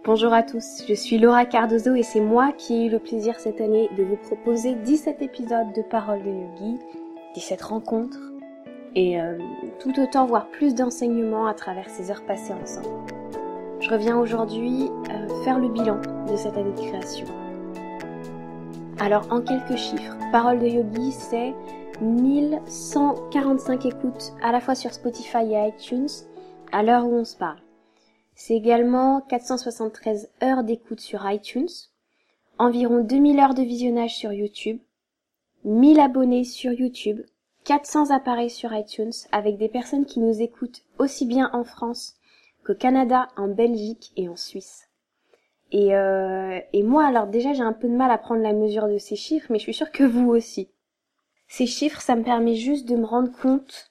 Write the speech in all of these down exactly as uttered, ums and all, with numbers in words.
Bonjour à tous, je suis Laura Cardozo et c'est moi qui ai eu le plaisir cette année de vous proposer dix-sept épisodes de Paroles de Yogi, dix-sept rencontres et euh, tout autant voire plus d'enseignements à travers ces heures passées ensemble. Je reviens aujourd'hui euh, faire le bilan de cette année de création. Alors en quelques chiffres, Paroles de Yogi c'est mille cent quarante-cinq écoutes à la fois sur Spotify et iTunes à l'heure où on se parle. C'est également quatre cent soixante-treize heures d'écoute sur iTunes, environ deux mille heures de visionnage sur YouTube, mille abonnés sur YouTube, quatre cents appareils sur iTunes avec des personnes qui nous écoutent aussi bien en France qu'au Canada, en Belgique et en Suisse. Et, euh, et moi, alors déjà, j'ai un peu de mal à prendre la mesure de ces chiffres, mais je suis sûre que vous aussi. Ces chiffres, ça me permet juste de me rendre compte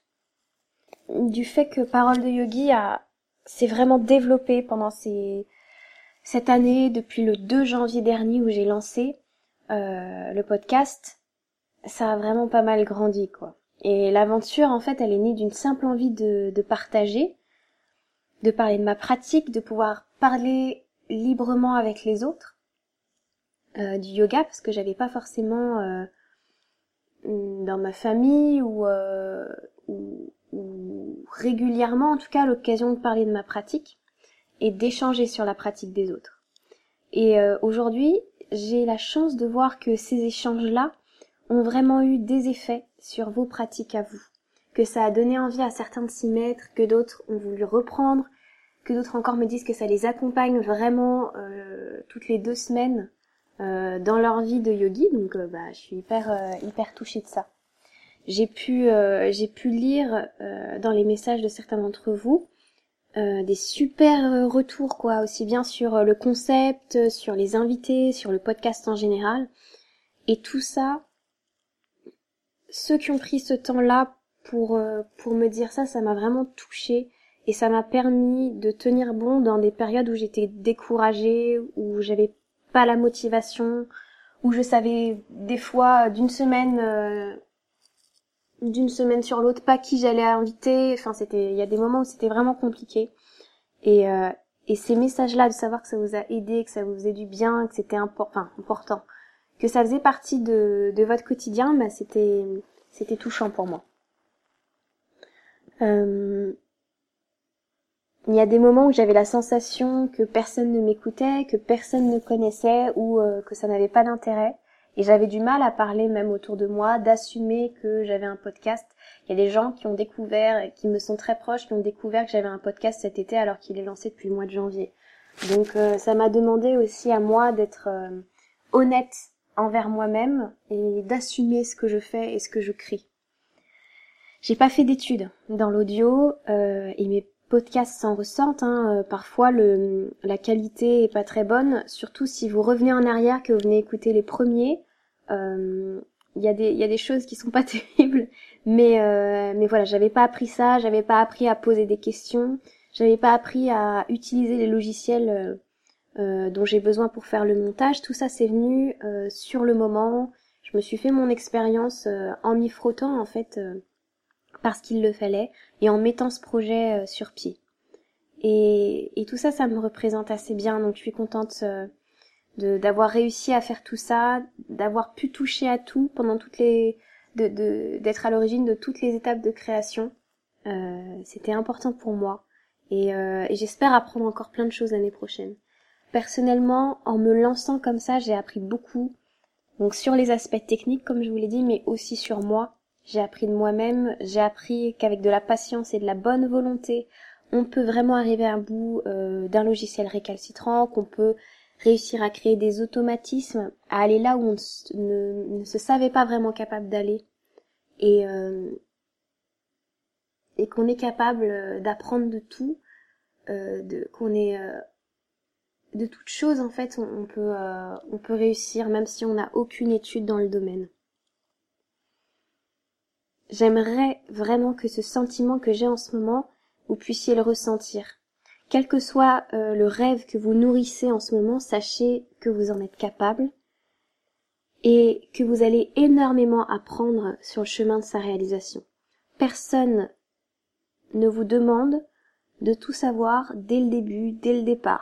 du fait que Paroles de Yogi a s'est vraiment développé pendant ces, cette année, depuis le deux janvier dernier où j'ai lancé euh, le podcast. Ça a vraiment pas mal grandi, quoi. Et l'aventure, en fait, elle est née d'une simple envie de, de partager, de parler de ma pratique, de pouvoir parler librement avec les autres euh, du yoga, parce que j'avais pas forcément euh, dans ma famille ou, euh, ou, ou régulièrement, en tout cas, l'occasion de parler de ma pratique et d'échanger sur la pratique des autres. Et euh, aujourd'hui, j'ai la chance de voir que ces échanges-là ont vraiment eu des effets sur vos pratiques à vous, que ça a donné envie à certains de s'y mettre, que d'autres ont voulu reprendre, que d'autres encore me disent que ça les accompagne vraiment euh, toutes les deux semaines euh, dans leur vie de yogi, donc euh, bah je suis hyper euh, hyper touchée de ça. J'ai pu euh, j'ai pu lire euh, dans les messages de certains d'entre vous euh, des super retours, quoi, aussi bien sur le concept, sur les invités, sur le podcast en général, et tout ça. Ceux qui ont pris ce temps-là pour euh, pour me dire ça, ça m'a vraiment touchée et ça m'a permis de tenir bon dans des périodes où j'étais découragée, où j'avais pas la motivation, où je savais des fois d'une semaine euh, d'une semaine sur l'autre pas qui j'allais inviter. Enfin, c'était il y a des moments où c'était vraiment compliqué. Et euh, et ces messages-là, de savoir que ça vous a aidé, que ça vous faisait du bien, que c'était impor- enfin, important, que ça faisait partie de, de votre quotidien, bah c'était, c'était touchant pour moi. Euh, il y a des moments où j'avais la sensation que personne ne m'écoutait, que personne ne connaissait ou euh, que ça n'avait pas d'intérêt. Et j'avais du mal à parler même autour de moi, d'assumer que j'avais un podcast. Il y a des gens qui ont découvert, qui me sont très proches, qui ont découvert que j'avais un podcast cet été alors qu'il est lancé depuis le mois de janvier. Donc euh, ça m'a demandé aussi à moi d'être euh, honnête envers moi-même et d'assumer ce que je fais et ce que je crée. J'ai pas fait d'études dans l'audio euh, et mes podcasts s'en ressentent. Hein. Euh, parfois le, la qualité est pas très bonne, surtout si vous revenez en arrière, que vous venez écouter les premiers. Euh, il y a des il y a des choses qui sont pas terribles, mais euh, mais voilà, j'avais pas appris ça, j'avais pas appris à poser des questions, j'avais pas appris à utiliser les logiciels euh, Euh, dont j'ai besoin pour faire le montage. Tout ça c'est venu euh, sur le moment. Je me suis fait mon expérience euh, en m'y frottant en fait euh, parce qu'il le fallait et en mettant ce projet euh, sur pied. Et, et tout ça, ça me représente assez bien. Donc je suis contente euh, de d'avoir réussi à faire tout ça, d'avoir pu toucher à tout pendant toutes les, de de d'être à l'origine de toutes les étapes de création. Euh, c'était important pour moi et, euh, et j'espère apprendre encore plein de choses l'année prochaine. Personnellement, en me lançant comme ça, j'ai appris beaucoup. Donc sur les aspects techniques, comme je vous l'ai dit, mais aussi sur moi. J'ai appris de moi-même. J'ai appris qu'avec de la patience et de la bonne volonté, on peut vraiment arriver à bout euh, d'un logiciel récalcitrant, qu'on peut réussir à créer des automatismes, à aller là où on ne, ne se savait pas vraiment capable d'aller. Et, euh, et qu'on est capable d'apprendre de tout, euh, de, qu'on est... Euh, de toute chose, en fait, on, on peut euh, on peut réussir même si on n'a aucune étude dans le domaine. J'aimerais vraiment que ce sentiment que j'ai en ce moment, vous puissiez le ressentir. Quel que soit euh, le rêve que vous nourrissez en ce moment, sachez que vous en êtes capable et que vous allez énormément apprendre sur le chemin de sa réalisation. Personne ne vous demande de tout savoir dès le début, dès le départ.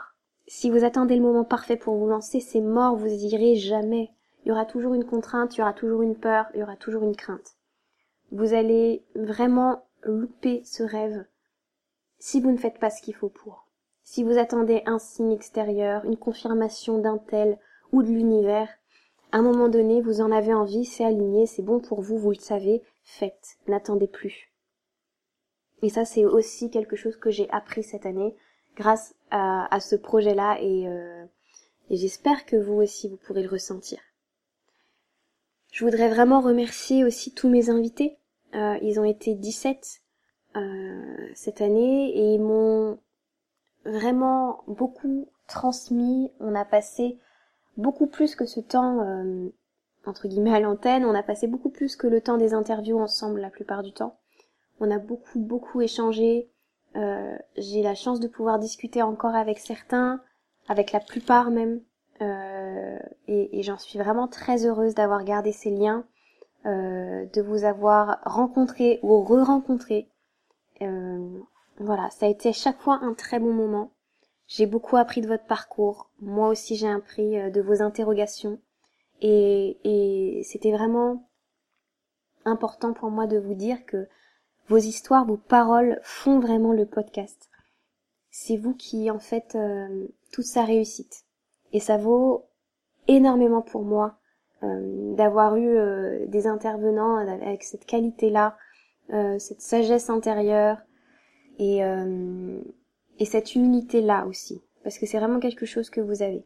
si vous attendez le moment parfait pour vous lancer, c'est mort, vous y irez jamais. Il y aura toujours une contrainte, il y aura toujours une peur, il y aura toujours une crainte. Vous allez vraiment louper ce rêve si vous ne faites pas ce qu'il faut pour. Si vous attendez un signe extérieur, une confirmation d'un tel ou de l'univers, à un moment donné, vous en avez envie, c'est aligné, c'est bon pour vous, vous le savez, faites, n'attendez plus. Et ça, c'est aussi quelque chose que j'ai appris cette année grâce à, à ce projet-là et, euh, et j'espère que vous aussi, vous pourrez le ressentir. Je voudrais vraiment remercier aussi tous mes invités. Euh, ils ont été dix-sept euh, cette année et ils m'ont vraiment beaucoup transmis. On a passé beaucoup plus que ce temps, euh, entre guillemets, à l'antenne. On a passé beaucoup plus que le temps des interviews ensemble la plupart du temps. On a beaucoup, beaucoup échangé. Euh, j'ai la chance de pouvoir discuter encore avec certains, avec la plupart même. Euh, et, et j'en suis vraiment très heureuse d'avoir gardé ces liens, euh, de vous avoir rencontré ou re-rencontré. Euh, voilà, ça a été à chaque fois un très bon moment. J'ai beaucoup appris de votre parcours. Moi aussi, j'ai appris euh, de vos interrogations. Et, et c'était vraiment important pour moi de vous dire que vos histoires, vos paroles font vraiment le podcast. C'est vous qui en faites euh, toute sa réussite. Et ça vaut énormément pour moi euh, d'avoir eu euh, des intervenants avec cette qualité-là, euh, cette sagesse intérieure et, euh, et cette humilité-là aussi. Parce que c'est vraiment quelque chose que vous avez.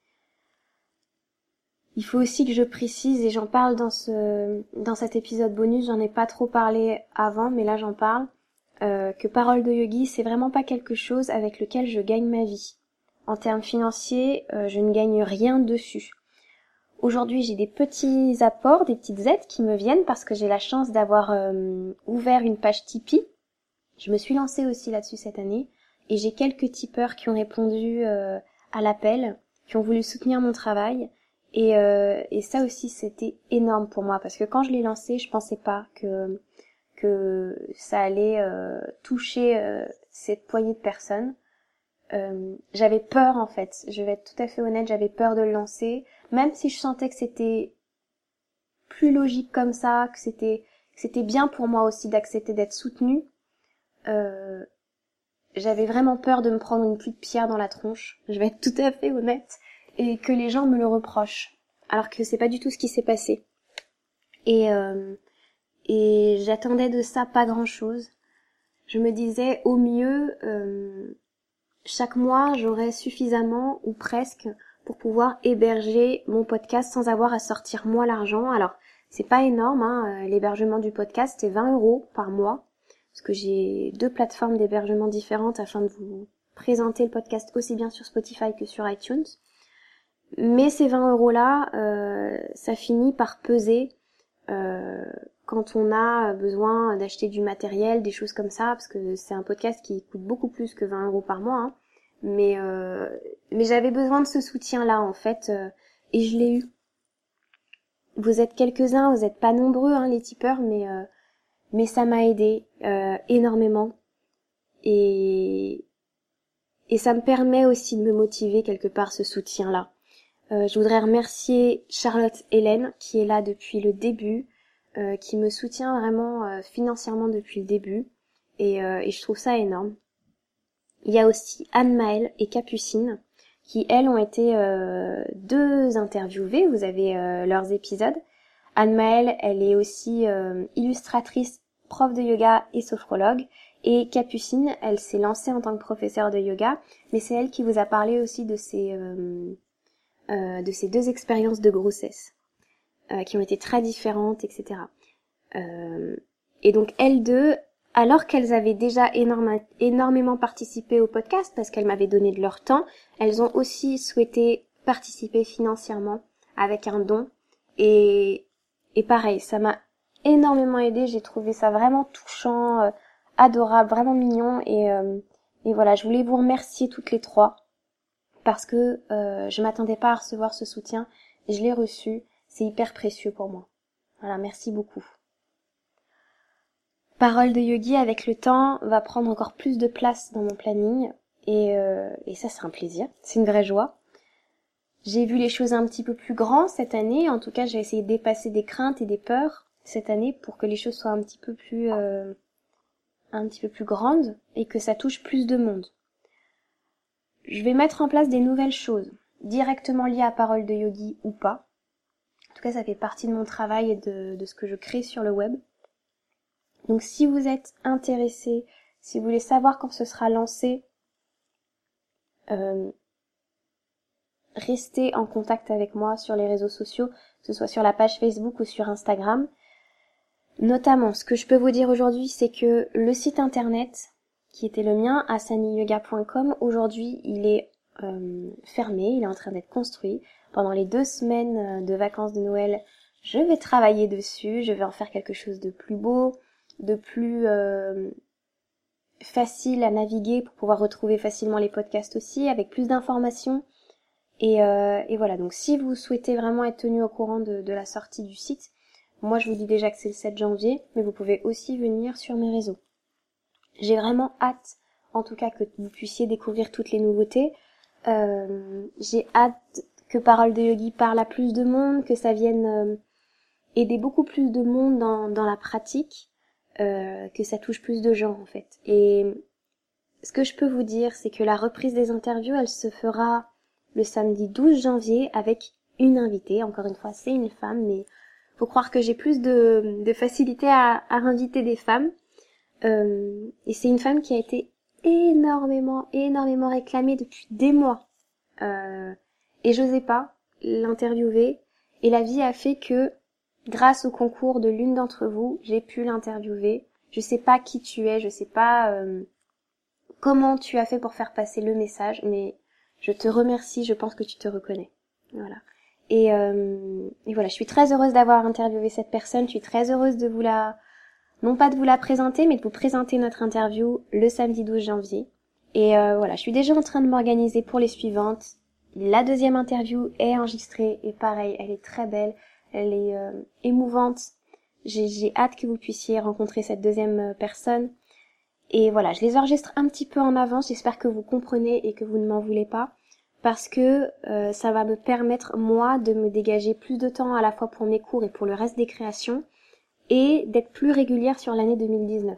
Il faut aussi que je précise, et j'en parle dans ce dans cet épisode bonus, j'en ai pas trop parlé avant, mais là j'en parle, euh, que Parole de Yogi, c'est vraiment pas quelque chose avec lequel je gagne ma vie. En termes financiers, euh, je ne gagne rien dessus. Aujourd'hui, j'ai des petits apports, des petites aides qui me viennent parce que j'ai la chance d'avoir euh, ouvert une page Tipeee. Je me suis lancée aussi là-dessus cette année et j'ai quelques tipeurs qui ont répondu euh, à l'appel, qui ont voulu soutenir mon travail. Et, euh, et ça aussi, c'était énorme pour moi parce que quand je l'ai lancé, je pensais pas que que ça allait euh, toucher euh, cette poignée de personnes. Euh, j'avais peur en fait, je vais être tout à fait honnête, j'avais peur de le lancer, même si je sentais que c'était plus logique comme ça, que c'était que c'était bien pour moi aussi d'accepter d'être soutenue. Euh, j'avais vraiment peur de me prendre une pluie de pierre dans la tronche, je vais être tout à fait honnête, et que les gens me le reprochent, alors que c'est pas du tout ce qui s'est passé. Et euh, et j'attendais de ça pas grand chose. Je me disais au mieux euh, chaque mois j'aurais suffisamment ou presque pour pouvoir héberger mon podcast sans avoir à sortir moi l'argent. Alors c'est pas énorme, hein, l'hébergement du podcast c'est vingt euros par mois, parce que j'ai deux plateformes d'hébergement différentes afin de vous présenter le podcast aussi bien sur Spotify que sur iTunes. Mais ces vingt euros là, euh, ça finit par peser euh, quand on a besoin d'acheter du matériel, des choses comme ça, parce que c'est un podcast qui coûte beaucoup plus que vingt euros par mois, hein. Mais euh, mais j'avais besoin de ce soutien-là en fait, euh, et je l'ai eu. Vous êtes quelques-uns, vous n'êtes pas nombreux, hein, les tipeurs, mais euh, mais ça m'a aidé euh, énormément, et et ça me permet aussi de me motiver quelque part ce soutien-là. Euh, je voudrais remercier Charlotte Hélène qui est là depuis le début, euh, qui me soutient vraiment euh, financièrement depuis le début, et, euh, et je trouve ça énorme. Il y a aussi Anne-Maëlle et Capucine qui, elles, ont été euh, deux interviewées. Vous avez euh, leurs épisodes. Anne-Maëlle, elle est aussi euh, illustratrice, prof de yoga et sophrologue. Et Capucine, elle s'est lancée en tant que professeure de yoga, mais c'est elle qui vous a parlé aussi de ses, euh, euh, de ses deux expériences de grossesse, euh, qui ont été très différentes, et cetera. Euh, et donc, elles deux, alors qu'elles avaient déjà énorme, énormément participé au podcast, parce qu'elles m'avaient donné de leur temps, elles ont aussi souhaité participer financièrement avec un don. Et, et pareil, ça m'a énormément aidé. J'ai trouvé ça vraiment touchant, euh, adorable, vraiment mignon. Et, euh, et voilà, je voulais vous remercier toutes les trois parce que euh, je m'attendais pas à recevoir ce soutien. Et je l'ai reçu. C'est hyper précieux pour moi. Voilà, merci beaucoup. Parole de Yogi, avec le temps, va prendre encore plus de place dans mon planning Et, euh, et ça, c'est un plaisir, c'est une vraie joie. J'ai vu les choses un petit peu plus grandes cette année. En tout cas, j'ai essayé de dépasser des craintes et des peurs cette année pour que les choses soient un petit peu plus, euh, un petit peu plus grandes et que ça touche plus de monde. Je vais mettre en place des nouvelles choses, directement liées à Parole de Yogi ou pas. En tout cas, ça fait partie de mon travail et de, de ce que je crée sur le web. Donc, si vous êtes intéressé, si vous voulez savoir quand ce sera lancé, euh, restez en contact avec moi sur les réseaux sociaux, que ce soit sur la page Facebook ou sur Instagram. Notamment, ce que je peux vous dire aujourd'hui, c'est que le site internet, qui était le mien, asani yoga point com, aujourd'hui, il est euh, fermé, il est en train d'être construit. Pendant les deux semaines de vacances de Noël, je vais travailler dessus, je vais en faire quelque chose de plus beau, de plus euh, facile à naviguer pour pouvoir retrouver facilement les podcasts aussi, avec plus d'informations. Et, euh, et voilà, donc si vous souhaitez vraiment être tenu au courant de, de la sortie du site, moi je vous dis déjà que c'est le sept janvier, mais vous pouvez aussi venir sur mes réseaux. J'ai vraiment hâte, en tout cas, que vous puissiez découvrir toutes les nouveautés. Euh, j'ai hâte que Parole de Yogi parle à plus de monde, que ça vienne euh, aider beaucoup plus de monde dans, dans la pratique, euh, que ça touche plus de gens en fait. Et ce que je peux vous dire, c'est que la reprise des interviews, elle se fera le samedi douze janvier avec une invitée. Encore une fois, c'est une femme, mais faut croire que j'ai plus de, de facilité à, à inviter des femmes. Euh, et c'est une femme qui a été énormément, énormément réclamée depuis des mois. Euh, et j'osais pas l'interviewer. Et la vie a fait que, grâce au concours de l'une d'entre vous, j'ai pu l'interviewer. Je sais pas qui tu es, je sais pas euh, comment tu as fait pour faire passer le message, mais je te remercie, je pense que tu te reconnais. Voilà. Et, euh, et voilà, je suis très heureuse d'avoir interviewé cette personne, je suis très heureuse de vous la, non pas de vous la présenter, mais de vous présenter notre interview le samedi douze janvier. Et euh, voilà, je suis déjà en train de m'organiser pour les suivantes. La deuxième interview est enregistrée, et pareil, elle est très belle, elle est euh, émouvante. J'ai, j'ai hâte que vous puissiez rencontrer cette deuxième personne. Et voilà, je les enregistre un petit peu en avance, j'espère que vous comprenez et que vous ne m'en voulez pas, parce que euh, ça va me permettre, moi, de me dégager plus de temps à la fois pour mes cours et pour le reste des créations, et d'être plus régulière sur l'année deux mille dix-neuf.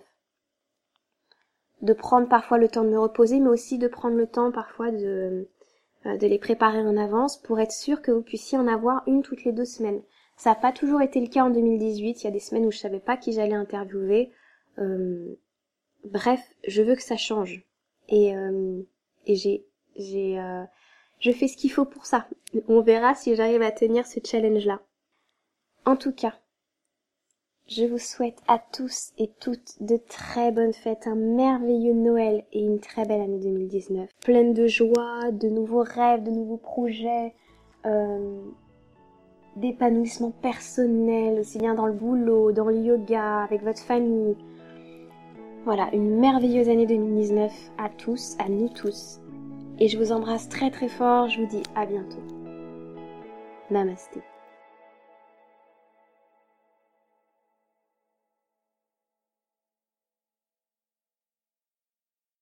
De prendre parfois le temps de me reposer, mais aussi de prendre le temps parfois de, euh, de les préparer en avance pour être sûr que vous puissiez en avoir une toutes les deux semaines. Ça n'a pas toujours été le cas en deux mille dix-huit, il y a des semaines où je savais pas qui j'allais interviewer, euh, Bref, je veux que ça change. Et, euh, et j'ai, j'ai, euh, je fais ce qu'il faut pour ça. On verra si j'arrive à tenir ce challenge-là. En tout cas, je vous souhaite à tous et toutes de très bonnes fêtes, un merveilleux Noël et une très belle année deux mille dix-neuf. Pleine de joie, de nouveaux rêves, de nouveaux projets, euh, d'épanouissement personnel, aussi bien dans le boulot, dans le yoga, avec votre famille. Voilà, une merveilleuse année deux mille dix-neuf à tous, à nous tous. Et je vous embrasse très très fort, je vous dis à bientôt. Namasté.